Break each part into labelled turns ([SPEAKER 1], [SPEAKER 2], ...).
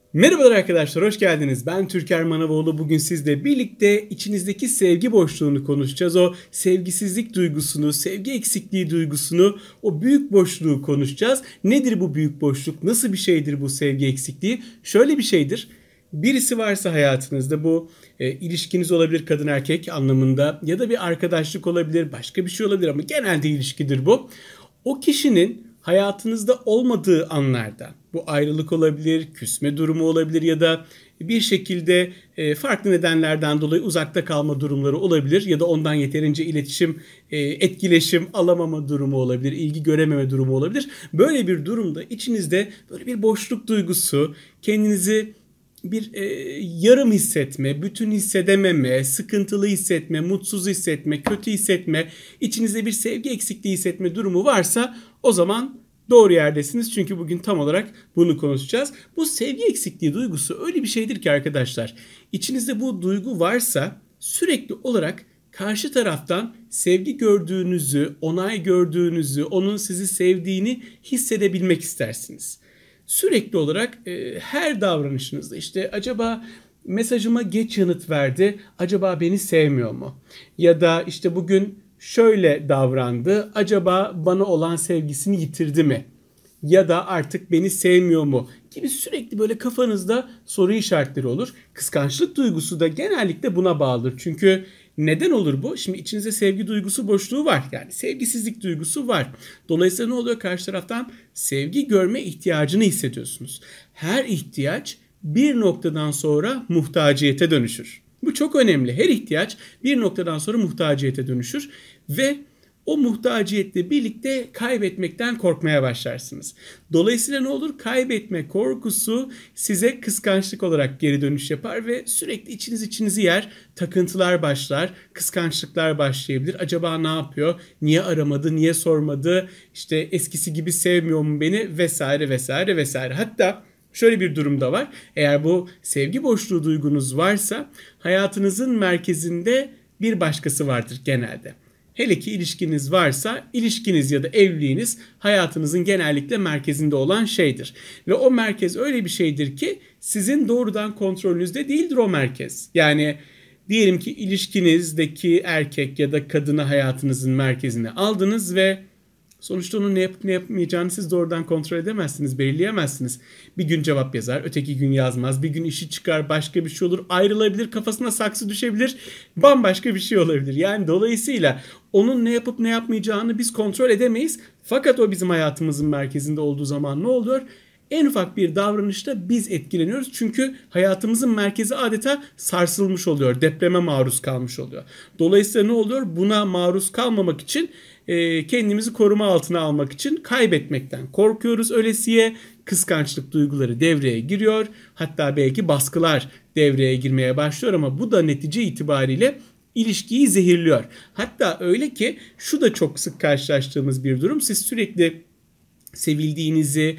[SPEAKER 1] Merhabalar arkadaşlar, hoş geldiniz. Ben Türker Manavoğlu. Bugün sizle birlikte içinizdeki sevgi boşluğunu konuşacağız. O sevgisizlik duygusunu, sevgi eksikliği duygusunu, o büyük boşluğu konuşacağız. Nedir bu büyük boşluk? Nasıl bir şeydir bu sevgi eksikliği? Şöyle bir şeydir. Birisi varsa hayatınızda bu ilişkiniz olabilir kadın erkek anlamında ya da bir arkadaşlık olabilir, başka bir şey olabilir ama genelde ilişkidir bu. O kişinin hayatınızda olmadığı anlarda bu ayrılık olabilir, küsme durumu olabilir ya da bir şekilde farklı nedenlerden dolayı uzakta kalma durumları olabilir ya da ondan yeterince iletişim, etkileşim alamama durumu olabilir, ilgi görememe durumu olabilir. Böyle bir durumda içinizde böyle bir boşluk duygusu, kendinizi bir yarım hissetme, bütün hissedememe, sıkıntılı hissetme, mutsuz hissetme, kötü hissetme, içinizde bir sevgi eksikliği hissetme durumu varsa o zaman doğru yerdesiniz. Çünkü bugün tam olarak bunu konuşacağız. Bu sevgi eksikliği duygusu öyle bir şeydir ki arkadaşlar. İçinizde bu duygu varsa sürekli olarak karşı taraftan sevgi gördüğünüzü, onay gördüğünüzü, onun sizi sevdiğini hissedebilmek istersiniz. Sürekli olarak her davranışınızda işte acaba mesajıma geç yanıt verdi, acaba beni sevmiyor mu? Ya da işte bugün şöyle davrandı, acaba bana olan sevgisini yitirdi mi? Ya da artık beni sevmiyor mu? Gibi sürekli böyle kafanızda soru işaretleri olur. Kıskançlık duygusu da genellikle buna bağlıdır. Çünkü neden olur bu? Şimdi içinizde sevgi duygusu boşluğu var. Yani sevgisizlik duygusu var. Dolayısıyla ne oluyor? Karşı taraftan sevgi görme ihtiyacını hissediyorsunuz. Her ihtiyaç bir noktadan sonra muhtaciyete dönüşür. Bu çok önemli. Her ihtiyaç bir noktadan sonra muhtaciyete dönüşür ve o muhtaciyetle birlikte kaybetmekten korkmaya başlarsınız. Dolayısıyla ne olur? Kaybetme korkusu size kıskançlık olarak geri dönüş yapar ve sürekli içinizi yer, takıntılar başlar, kıskançlıklar başlayabilir. Acaba ne yapıyor? Niye aramadı? Niye sormadı? İşte eskisi gibi sevmiyor mu beni? Vesaire vesaire vesaire. Hatta şöyle bir durum da var. Eğer bu sevgi boşluğu duygunuz varsa hayatınızın merkezinde bir başkası vardır genelde. Hele ki ilişkiniz varsa ilişkiniz ya da evliliğiniz hayatınızın genellikle merkezinde olan şeydir. Ve o merkez öyle bir şeydir ki sizin doğrudan kontrolünüzde değildir o merkez. Yani diyelim ki ilişkinizdeki erkek ya da kadını hayatınızın merkezine aldınız ve sonuçta onun ne yapıp ne yapmayacağını siz doğrudan kontrol edemezsiniz, belirleyemezsiniz. Bir gün cevap yazar, öteki gün yazmaz. Bir gün işi çıkar, başka bir şey olur, ayrılabilir, kafasına saksı düşebilir, bambaşka bir şey olabilir. Yani dolayısıyla onun ne yapıp ne yapmayacağını biz kontrol edemeyiz. Fakat o bizim hayatımızın merkezinde olduğu zaman ne oluyor? En ufak bir davranışta biz etkileniyoruz. Çünkü hayatımızın merkezi adeta sarsılmış oluyor. Depreme maruz kalmış oluyor. Dolayısıyla ne oluyor? Buna maruz kalmamak için kendimizi koruma altına almak için kaybetmekten korkuyoruz ölesiye. Kıskançlık duyguları devreye giriyor. Hatta belki baskılar devreye girmeye başlıyor ama bu da netice itibariyle ilişkiyi zehirliyor. Hatta öyle ki şu da çok sık karşılaştığımız bir durum. Siz sürekli sevildiğinizi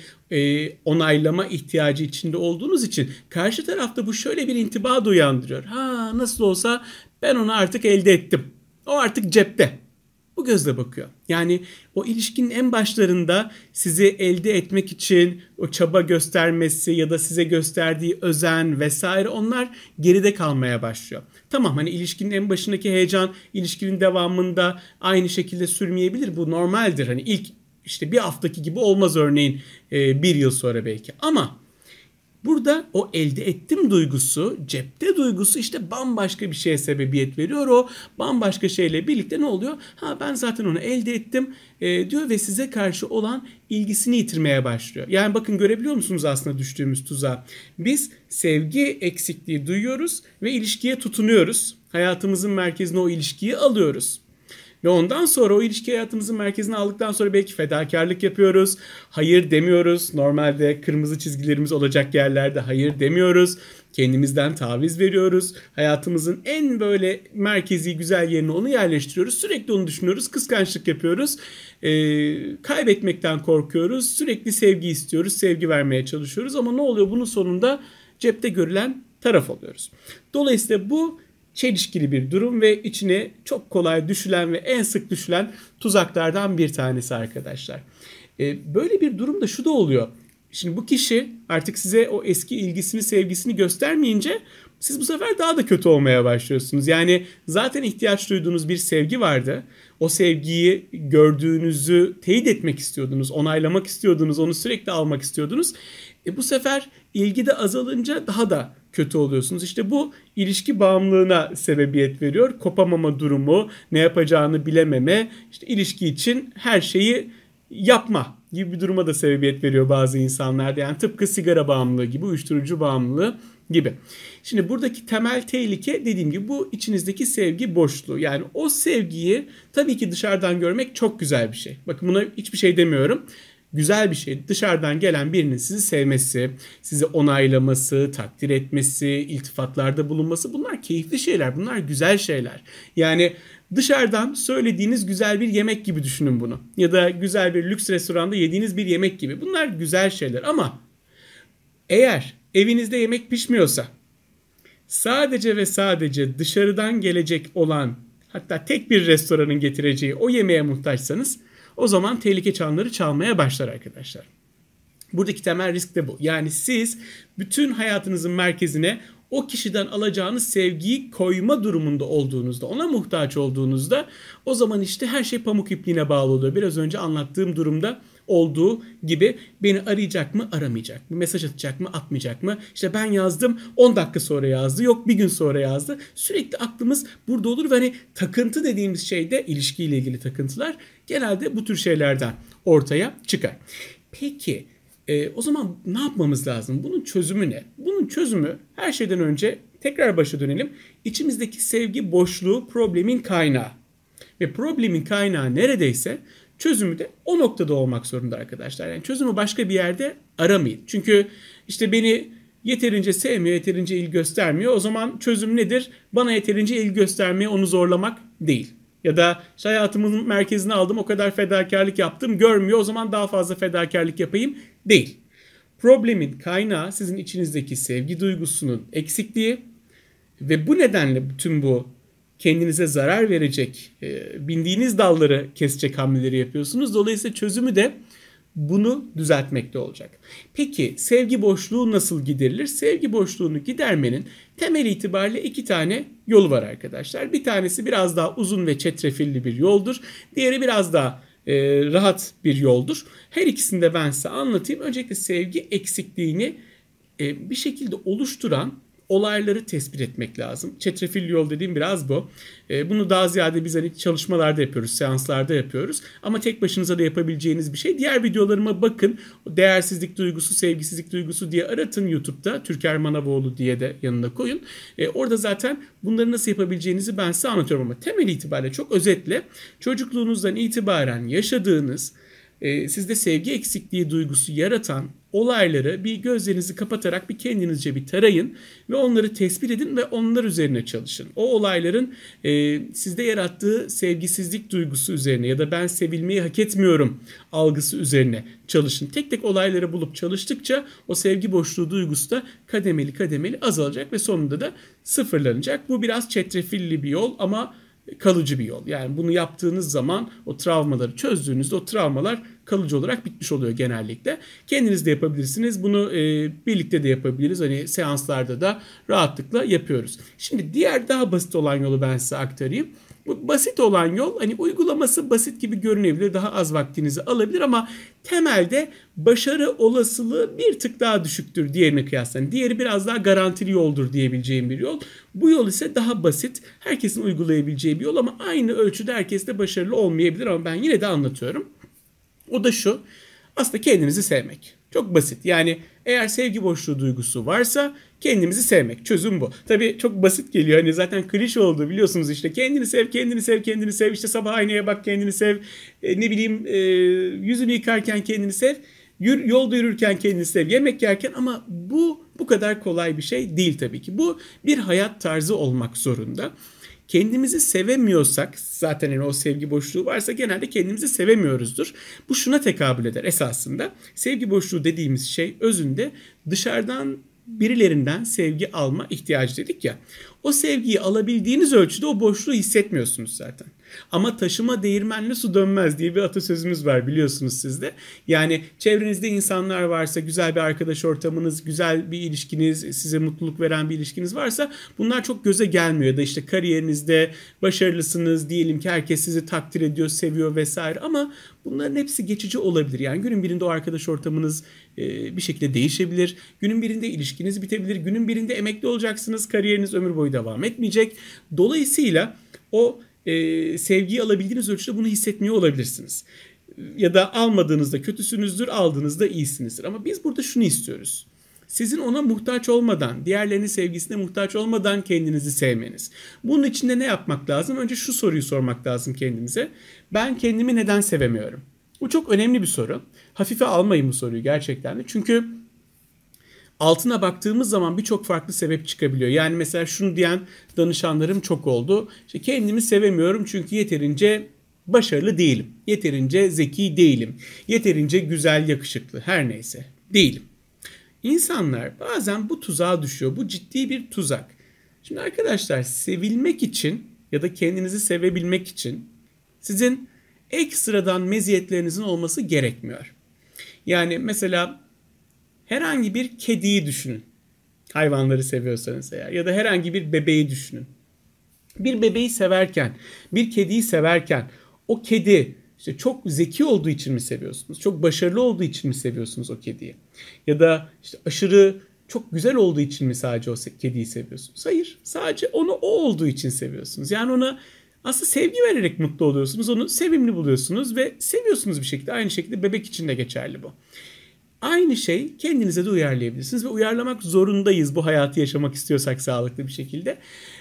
[SPEAKER 1] onaylama ihtiyacı içinde olduğunuz için karşı tarafta bu şöyle bir intiba da uyandırıyor. Ha, nasıl olsa ben onu artık elde ettim. O artık cepte. Bu gözle bakıyor. Yani o ilişkinin en başlarında sizi elde etmek için o çaba göstermesi ya da size gösterdiği özen vesaire onlar geride kalmaya başlıyor. Tamam, hani ilişkinin en başındaki heyecan ilişkinin devamında aynı şekilde sürmeyebilir. Bu normaldir. Hani ilk işte bir haftaki gibi olmaz örneğin bir yıl sonra belki. Ama burada o elde ettim duygusu, cepte duygusu işte bambaşka bir şeye sebebiyet veriyor. O bambaşka şeyle birlikte ne oluyor? Ha, ben zaten onu elde ettim diyor ve size karşı olan ilgisini yitirmeye başlıyor. Yani bakın, görebiliyor musunuz aslında düştüğümüz tuzağa? Biz sevgi eksikliği duyuyoruz ve ilişkiye tutunuyoruz. Hayatımızın merkezine o ilişkiyi alıyoruz. Ve ondan sonra o ilişki hayatımızın merkezine aldıktan sonra belki fedakarlık yapıyoruz. Hayır demiyoruz. Normalde kırmızı çizgilerimiz olacak yerlerde hayır demiyoruz. Kendimizden taviz veriyoruz. Hayatımızın en böyle merkezi güzel yerine onu yerleştiriyoruz. Sürekli onu düşünüyoruz. Kıskançlık yapıyoruz. Kaybetmekten korkuyoruz. Sürekli sevgi istiyoruz. Sevgi vermeye çalışıyoruz. Ama ne oluyor? Bunun sonunda cepte görülen taraf oluyoruz. Dolayısıyla bu çelişkili bir durum ve içine çok kolay düşülen ve en sık düşülen tuzaklardan bir tanesi arkadaşlar. Böyle bir durumda şu da oluyor. Şimdi bu kişi artık size o eski ilgisini, sevgisini göstermeyince siz bu sefer daha da kötü olmaya başlıyorsunuz. Yani zaten ihtiyaç duyduğunuz bir sevgi vardı. O sevgiyi gördüğünüzü teyit etmek istiyordunuz, onaylamak istiyordunuz, onu sürekli almak istiyordunuz. Bu sefer ilgi de azalınca daha da kötü oluyorsunuz. İşte bu ilişki bağımlılığına sebebiyet veriyor. Kopamama durumu, ne yapacağını bilememe, işte ilişki için her şeyi yapma gibi bir duruma da sebebiyet veriyor bazı insanlarda. Yani tıpkı sigara bağımlılığı gibi, uyuşturucu bağımlılığı gibi. Şimdi buradaki temel tehlike dediğim gibi bu içinizdeki sevgi boşluğu. Yani o sevgiyi tabii ki dışarıdan görmek çok güzel bir şey. Bakın buna hiçbir şey demiyorum. Güzel bir şey. Dışarıdan gelen birinin sizi sevmesi, sizi onaylaması, takdir etmesi, iltifatlarda bulunması, bunlar keyifli şeyler. Bunlar güzel şeyler. Yani dışarıdan söylediğiniz güzel bir yemek gibi düşünün bunu. Ya da güzel bir lüks restoranda yediğiniz bir yemek gibi. Bunlar güzel şeyler ama eğer evinizde yemek pişmiyorsa, sadece ve sadece dışarıdan gelecek olan, hatta tek bir restoranın getireceği o yemeğe muhtaçsanız, o zaman tehlike çanları çalmaya başlar arkadaşlar. Buradaki temel risk de bu. Yani siz bütün hayatınızın merkezine o kişiden alacağınız sevgiyi koyma durumunda olduğunuzda, ona muhtaç olduğunuzda, o zaman işte her şey pamuk ipliğine bağlı oluyor. Biraz önce anlattığım durumda olduğu gibi beni arayacak mı, aramayacak mı? Mesaj atacak mı, atmayacak mı? İşte ben yazdım, 10 dakika sonra yazdı, yok bir gün sonra yazdı. Sürekli aklımız burada olur ve hani takıntı dediğimiz şey de, ilişkiyle ilgili takıntılar genelde bu tür şeylerden ortaya çıkar. Peki o zaman ne yapmamız lazım? Bunun çözümü ne? Bunun çözümü, her şeyden önce tekrar başa dönelim. İçimizdeki sevgi boşluğu problemin kaynağı. Ve problemin kaynağı neredeyse çözümü de o noktada olmak zorunda arkadaşlar. Yani çözümü başka bir yerde aramayın. Çünkü işte beni yeterince sevmiyor, yeterince ilgi göstermiyor. O zaman çözüm nedir? Bana yeterince ilgi göstermeye onu zorlamak değil. Ya da işte hayatımın merkezine aldım, o kadar fedakarlık yaptım, görmüyor, o zaman daha fazla fedakarlık yapayım değil. Problemin kaynağı sizin içinizdeki sevgi duygusunun eksikliği ve bu nedenle bütün bu kendinize zarar verecek, bindiğiniz dalları kesecek hamleleri yapıyorsunuz. Dolayısıyla çözümü de bunu düzeltmekte olacak. Peki sevgi boşluğu nasıl giderilir? Sevgi boşluğunu gidermenin temel itibariyle 2 tane yolu var arkadaşlar. Bir tanesi biraz daha uzun ve çetrefilli bir yoldur. Diğeri biraz daha rahat bir yoldur. Her ikisini de ben size anlatayım. Öncelikle sevgi eksikliğini bir şekilde oluşturan olayları tespit etmek lazım. Çetrefilli yol dediğim biraz bu. Bunu daha ziyade biz hani çalışmalarda yapıyoruz, seanslarda yapıyoruz. Ama tek başınıza da yapabileceğiniz bir şey. Diğer videolarıma bakın. Değersizlik duygusu, sevgisizlik duygusu diye aratın YouTube'da. Türker Manavoğlu diye de yanına koyun. Orada zaten bunları nasıl yapabileceğinizi ben size anlatıyorum. Ama temel itibariyle çok özetle çocukluğunuzdan itibaren yaşadığınız, sizde sevgi eksikliği duygusu yaratan olayları bir gözlerinizi kapatarak bir kendinizce bir tarayın ve onları tespit edin ve onlar üzerine çalışın. O olayların sizde yarattığı sevgisizlik duygusu üzerine ya da ben sevilmeyi hak etmiyorum algısı üzerine çalışın. Tek tek olayları bulup çalıştıkça o sevgi boşluğu duygusu da kademeli kademeli azalacak ve sonunda da sıfırlanacak. Bu biraz çetrefilli bir yol ama kalıcı bir yol. Yani bunu yaptığınız zaman, o travmaları çözdüğünüzde o travmalar kalıcı olarak bitmiş oluyor genellikle. Kendiniz de yapabilirsiniz. Bunu birlikte de yapabiliriz. Hani seanslarda da rahatlıkla yapıyoruz. Şimdi diğer daha basit olan yolu ben size aktarayım. Bu basit olan yol, hani uygulaması basit gibi görünebilir, daha az vaktinizi alabilir ama temelde başarı olasılığı bir tık daha düşüktür diğerine kıyasla. Diğeri biraz daha garantili yoldur diyebileceğim bir yol. Bu yol ise daha basit, herkesin uygulayabileceği bir yol ama aynı ölçüde herkes de başarılı olmayabilir ama ben yine de anlatıyorum. O da şu, aslında kendinizi sevmek. Çok basit. Yani eğer sevgi boşluğu duygusu varsa kendimizi sevmek. Çözüm bu. Tabii çok basit geliyor. Hani zaten klişe oldu biliyorsunuz işte. Kendini sev, kendini sev, kendini sev. İşte sabah aynaya bak, kendini sev. Ne bileyim yüzünü yıkarken kendini sev. Yolda yürürken kendini sev. Yemek yerken, ama bu kadar kolay bir şey değil tabii ki. Bu bir hayat tarzı olmak zorunda. Kendimizi sevemiyorsak, zaten yani o sevgi boşluğu varsa genelde kendimizi sevemiyoruzdur. Bu şuna tekabül eder esasında. Sevgi boşluğu dediğimiz şey özünde dışarıdan birilerinden sevgi alma ihtiyacı dedik ya. O sevgiyi alabildiğiniz ölçüde o boşluğu hissetmiyorsunuz zaten. Ama taşıma değirmenle su dönmez diye bir atasözümüz var, biliyorsunuz siz de. Yani çevrenizde insanlar varsa, güzel bir arkadaş ortamınız, güzel bir ilişkiniz, size mutluluk veren bir ilişkiniz varsa bunlar çok göze gelmiyor. Ya da işte kariyerinizde başarılısınız, diyelim ki herkes sizi takdir ediyor, seviyor vesaire, ama bunların hepsi geçici olabilir. Yani günün birinde o arkadaş ortamınız bir şekilde değişebilir. Günün birinde ilişkiniz bitebilir. Günün birinde emekli olacaksınız. Kariyeriniz ömür boyu devam etmeyecek. Dolayısıyla o sevgiyi alabildiğiniz ölçüde bunu hissetmiyor olabilirsiniz. Ya da almadığınızda kötüsünüzdür, aldığınızda iyisinizdir. Ama biz burada şunu istiyoruz: sizin ona muhtaç olmadan, diğerlerinin sevgisine muhtaç olmadan kendinizi sevmeniz. Bunun için de ne yapmak lazım? Önce şu soruyu sormak lazım kendimize: ben kendimi neden sevemiyorum? Bu çok önemli bir soru. Hafife almayın bu soruyu gerçekten de. Çünkü altına baktığımız zaman birçok farklı sebep çıkabiliyor. Yani mesela şunu diyen danışanlarım çok oldu: İşte kendimi sevemiyorum çünkü yeterince başarılı değilim. Yeterince zeki değilim. Yeterince güzel, yakışıklı, her neyse değilim. İnsanlar bazen bu tuzağa düşüyor. Bu ciddi bir tuzak. Şimdi arkadaşlar, sevilmek için ya da kendinizi sevebilmek için sizin ekstradan meziyetlerinizin olması gerekmiyor. Yani mesela herhangi bir kediyi düşünün. Hayvanları seviyorsanız eğer, ya da herhangi bir bebeği düşünün. Bir bebeği severken, bir kediyi severken o kedi işte çok zeki olduğu için mi seviyorsunuz? Çok başarılı olduğu için mi seviyorsunuz o kediyi? Ya da işte aşırı çok güzel olduğu için mi sadece o kediyi seviyorsunuz? Hayır, sadece onu o olduğu için seviyorsunuz. Yani ona aslında sevgi vererek mutlu oluyorsunuz. Onu sevimli buluyorsunuz ve seviyorsunuz bir şekilde. Aynı şekilde bebek için de geçerli bu. Aynı şey kendinize de uyarlayabilirsiniz ve uyarlamak zorundayız bu hayatı yaşamak istiyorsak sağlıklı bir şekilde.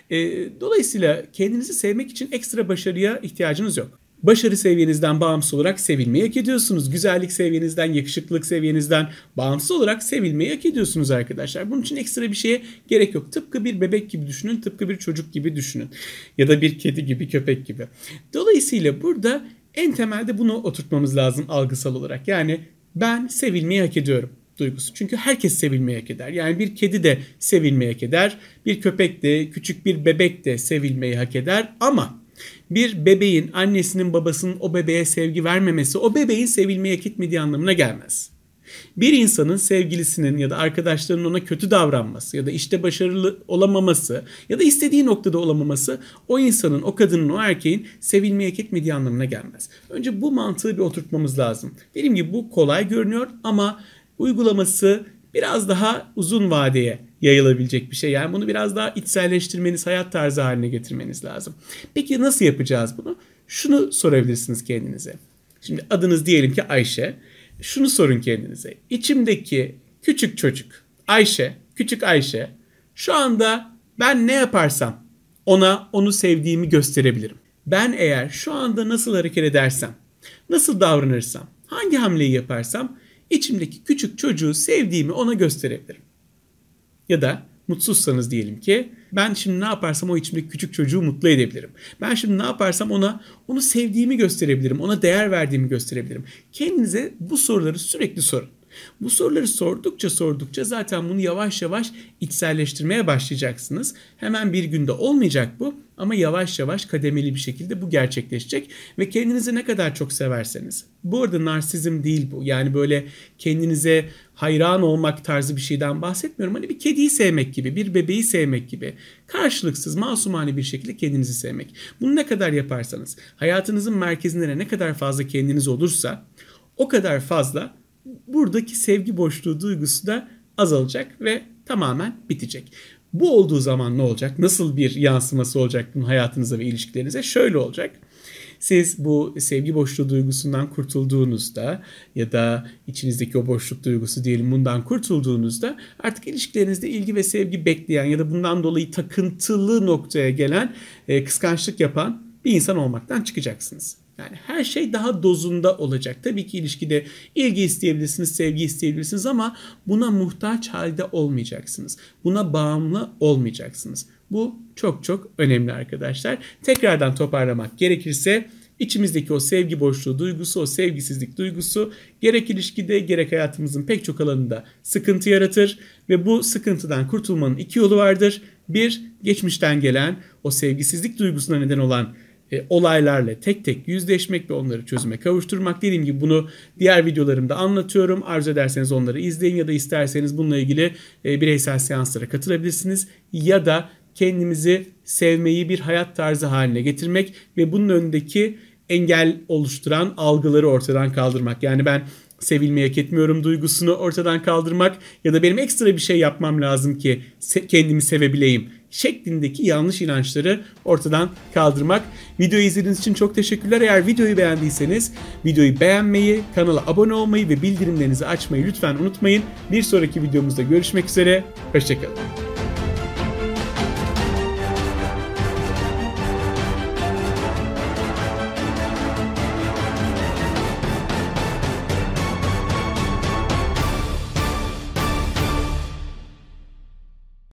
[SPEAKER 1] Dolayısıyla kendinizi sevmek için ekstra başarıya ihtiyacınız yok. Başarı seviyenizden bağımsız olarak sevilmeyi hak ediyorsunuz. Güzellik seviyenizden, yakışıklılık seviyenizden bağımsız olarak sevilmeyi hak ediyorsunuz arkadaşlar. Bunun için ekstra bir şeye gerek yok. Tıpkı bir bebek gibi düşünün, tıpkı bir çocuk gibi düşünün. Ya da bir kedi gibi, köpek gibi. Dolayısıyla burada en temelde bunu oturtmamız lazım algısal olarak. Yani ben sevilmeyi hak ediyorum duygusu. Çünkü herkes sevilmeyi hak eder. Yani bir kedi de sevilmeyi hak eder. Bir köpek de, küçük bir bebek de sevilmeyi hak eder. Ama bir bebeğin annesinin babasının o bebeğe sevgi vermemesi o bebeğin sevilmeyi hak etmediği anlamına gelmez. Bir insanın sevgilisinin ya da arkadaşlarının ona kötü davranması ya da işte başarılı olamaması ya da istediği noktada olamaması o insanın, o kadının, o erkeğin sevilmeyi hak etmediği anlamına gelmez. Önce bu mantığı bir oturtmamız lazım. Dediğim gibi bu kolay görünüyor ama uygulaması biraz daha uzun vadeye yayılabilecek bir şey. Yani bunu biraz daha içselleştirmeniz, hayat tarzı haline getirmeniz lazım. Peki nasıl yapacağız bunu? Şunu sorabilirsiniz kendinize. Şimdi adınız diyelim ki Ayşe. Şunu sorun kendinize: İçimdeki küçük çocuk Ayşe, küçük Ayşe, şu anda ben ne yaparsam ona onu sevdiğimi gösterebilirim. Ben eğer şu anda nasıl hareket edersem, nasıl davranırsam, hangi hamleyi yaparsam içimdeki küçük çocuğu sevdiğimi ona gösterebilirim. Ya da mutsuzsanız diyelim ki ben şimdi ne yaparsam o içimdeki küçük çocuğu mutlu edebilirim. Ben şimdi ne yaparsam onu sevdiğimi gösterebilirim. Ona değer verdiğimi gösterebilirim. Kendinize bu soruları sürekli sorun. Bu soruları sordukça zaten bunu yavaş yavaş içselleştirmeye başlayacaksınız. Hemen bir günde olmayacak bu ama yavaş yavaş kademeli bir şekilde bu gerçekleşecek ve kendinizi ne kadar çok severseniz. Bu arada narsizm değil bu. Yani böyle kendinize hayran olmak tarzı bir şeyden bahsetmiyorum. Hani bir kediyi sevmek gibi, bir bebeği sevmek gibi karşılıksız, masumane bir şekilde kendinizi sevmek. Bunu ne kadar yaparsanız, hayatınızın merkezinde ne kadar fazla kendiniz olursa o kadar fazla buradaki sevgi boşluğu duygusu da azalacak ve tamamen bitecek. Bu olduğu zaman ne olacak? Nasıl bir yansıması olacak bunun hayatınıza ve ilişkilerinize? Şöyle olacak: siz bu sevgi boşluğu duygusundan kurtulduğunuzda ya da içinizdeki o boşluk duygusu diyelim bundan kurtulduğunuzda artık ilişkilerinizde ilgi ve sevgi bekleyen ya da bundan dolayı takıntılı noktaya gelen, kıskançlık yapan bir insan olmaktan çıkacaksınız. Yani her şey daha dozunda olacak. Tabii ki ilişkide ilgi isteyebilirsiniz, sevgi isteyebilirsiniz ama buna muhtaç halde olmayacaksınız. Buna bağımlı olmayacaksınız. Bu çok çok önemli arkadaşlar. Tekrardan toparlamak gerekirse içimizdeki o sevgi boşluğu duygusu, o sevgisizlik duygusu gerek ilişkide gerek hayatımızın pek çok alanında sıkıntı yaratır ve bu sıkıntıdan kurtulmanın iki yolu vardır. Bir, geçmişten gelen o sevgisizlik duygusuna neden olan olaylarla tek tek yüzleşmek ve onları çözüme kavuşturmak. Dediğim gibi bunu diğer videolarımda anlatıyorum. Arzu ederseniz onları izleyin ya da isterseniz bununla ilgili bireysel seanslara katılabilirsiniz. Ya da kendimizi sevmeyi bir hayat tarzı haline getirmek ve bunun önündeki engel oluşturan algıları ortadan kaldırmak. Yani ben sevilmeyi hak etmiyorum duygusunu ortadan kaldırmak ya da benim ekstra bir şey yapmam lazım ki kendimi sevebileyim şeklindeki yanlış inançları ortadan kaldırmak. Videoyu izlediğiniz için çok teşekkürler. Eğer videoyu beğendiyseniz videoyu beğenmeyi, kanala abone olmayı ve bildirimlerinizi açmayı lütfen unutmayın. Bir sonraki videomuzda görüşmek üzere. Hoşçakalın.